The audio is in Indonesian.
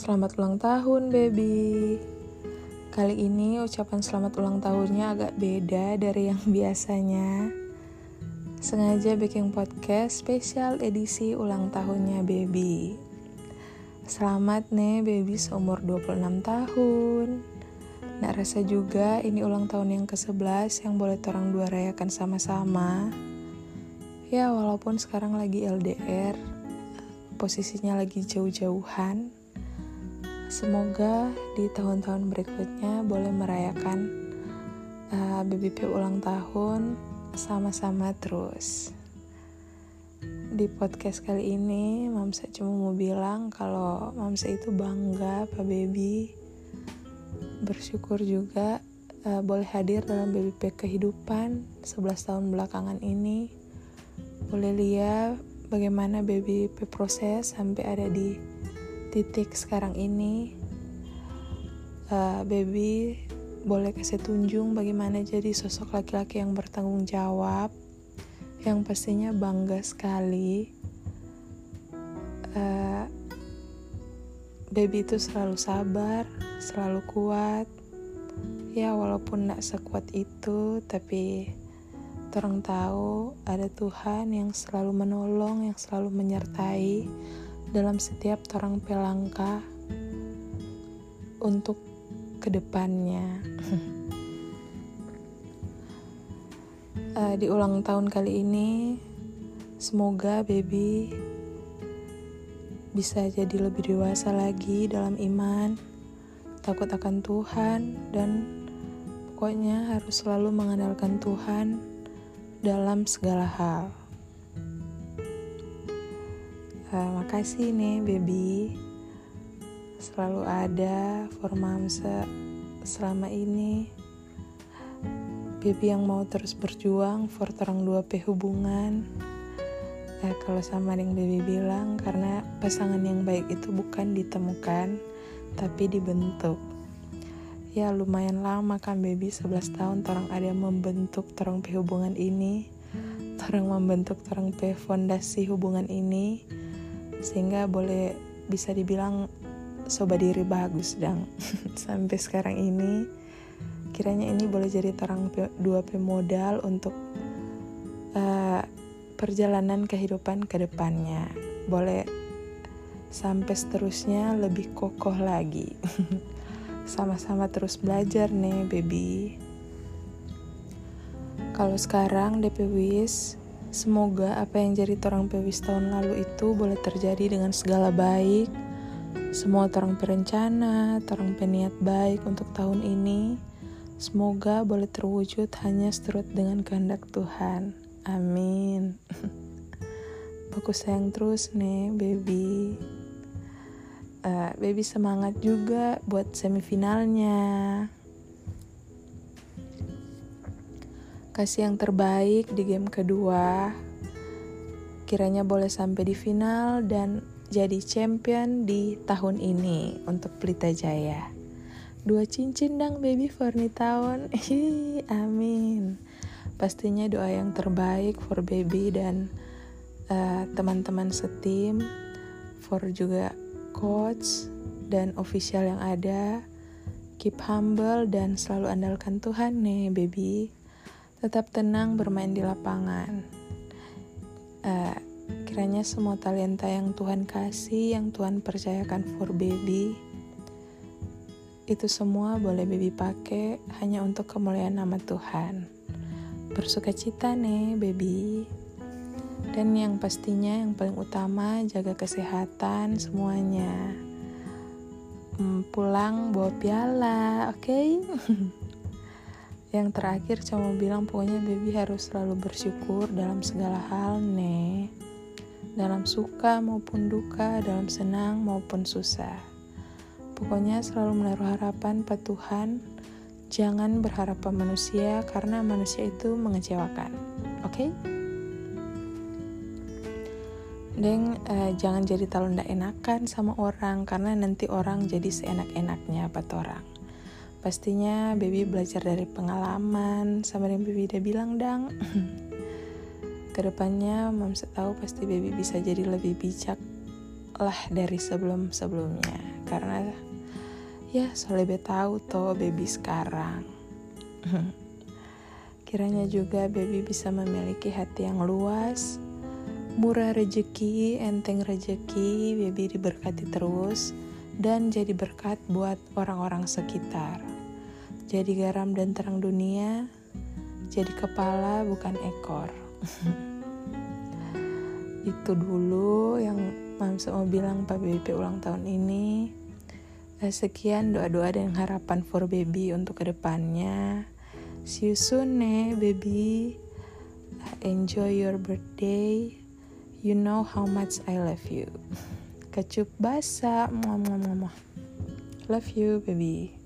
Selamat ulang tahun, baby. Kali ini ucapan selamat ulang tahunnya agak beda dari yang biasanya. Sengaja bikin podcast spesial edisi ulang tahunnya baby. Selamat nih baby seumur 26 tahun. Nggak rasa juga ini ulang tahun yang ke-11 yang boleh orang dua rayakan sama-sama. Ya walaupun sekarang lagi LDR, posisinya lagi jauh-jauhan. Semoga di tahun-tahun berikutnya boleh merayakan BBP ulang tahun sama-sama terus. Di podcast kali ini Mamsa cuma mau bilang kalau Mamsa itu bangga Pak Baby. Bersyukur juga boleh hadir dalam BBP kehidupan 11 tahun belakangan ini. Boleh lihat bagaimana BBP proses sampai ada di titik sekarang ini. Baby boleh kasih tunjung bagaimana jadi sosok laki-laki yang bertanggung jawab, yang pastinya bangga sekali. Baby itu selalu sabar, selalu kuat. Ya walaupun gak sekuat itu, tapi orang tahu ada Tuhan yang selalu menolong, yang selalu menyertai dalam setiap orang pelangkah untuk kedepannya. Di ulang tahun kali ini, semoga baby bisa jadi lebih dewasa lagi dalam iman, takut akan Tuhan, dan pokoknya harus selalu mengandalkan Tuhan dalam segala hal. Makasih nih baby, selalu ada for Mamsa selama ini. Baby yang mau terus berjuang for terang dua hubungan. Kalau sama yang baby bilang, karena pasangan yang baik itu bukan ditemukan tapi dibentuk. Ya lumayan lama kan baby, 11 tahun orang ada membentuk terang hubungan ini, orang membentuk terang fondasi hubungan ini, sehingga boleh bisa dibilang sobat diri bagus dang. Sampai sekarang ini kiranya ini boleh jadi terang dua modal untuk perjalanan kehidupan ke depannya, boleh sampai seterusnya lebih kokoh lagi. Sama-sama terus belajar nih baby. Kalau sekarang DP Wish, semoga apa yang jadi torang pewis tahun lalu itu boleh terjadi dengan segala baik. Semua torang perencana, torang peniat baik untuk tahun ini, semoga boleh terwujud hanya seturut dengan kehendak Tuhan. Amin. Bagus sayang terus nih baby. Baby semangat juga buat semifinalnya. Kasih yang terbaik di game kedua. Kiranya boleh sampai di final dan jadi champion di tahun ini untuk Pelita Jaya. 2 cincin dang baby for nih tahun. Amin. Pastinya doa yang terbaik for baby dan teman-teman setim, for juga coach dan official yang ada. Keep humble dan selalu andalkan Tuhan nih baby. Tetap tenang bermain di lapangan. Kiranya semua talenta yang Tuhan kasih, yang Tuhan percayakan for baby, itu semua boleh baby pakai hanya untuk kemuliaan nama Tuhan. Bersukacita nih baby. Dan yang pastinya yang paling utama, jaga kesehatan semuanya. Pulang bawa piala, oke? Yang terakhir cuma bilang pokoknya baby harus selalu bersyukur dalam segala hal nih. Dalam suka maupun duka, dalam senang maupun susah. Pokoknya selalu menaruh harapan pada Tuhan. Jangan berharap pada manusia karena manusia itu mengecewakan. Oke? Dan jangan jadi terlalu ndak enakan sama orang, karena nanti orang jadi seenak-enaknya pada orang. Pastinya baby belajar dari pengalaman sama yang baby udah bilang dang. Kedepannya Mamsa tahu pasti baby bisa jadi lebih bijak lah dari sebelumnya, karena ya soalnya tahu toh baby sekarang. Kiranya juga baby bisa memiliki hati yang luas, murah rezeki, enteng rezeki, baby diberkati terus, dan jadi berkat buat orang-orang sekitar. Jadi garam dan terang dunia, jadi kepala bukan ekor. Itu dulu yang Mams mau bilang Pak baby ulang tahun ini. Sekian doa-doa dan harapan for baby untuk kedepannya. See you soon baby. Enjoy your birthday. You know how much I love you. Kecup basah. Love you baby.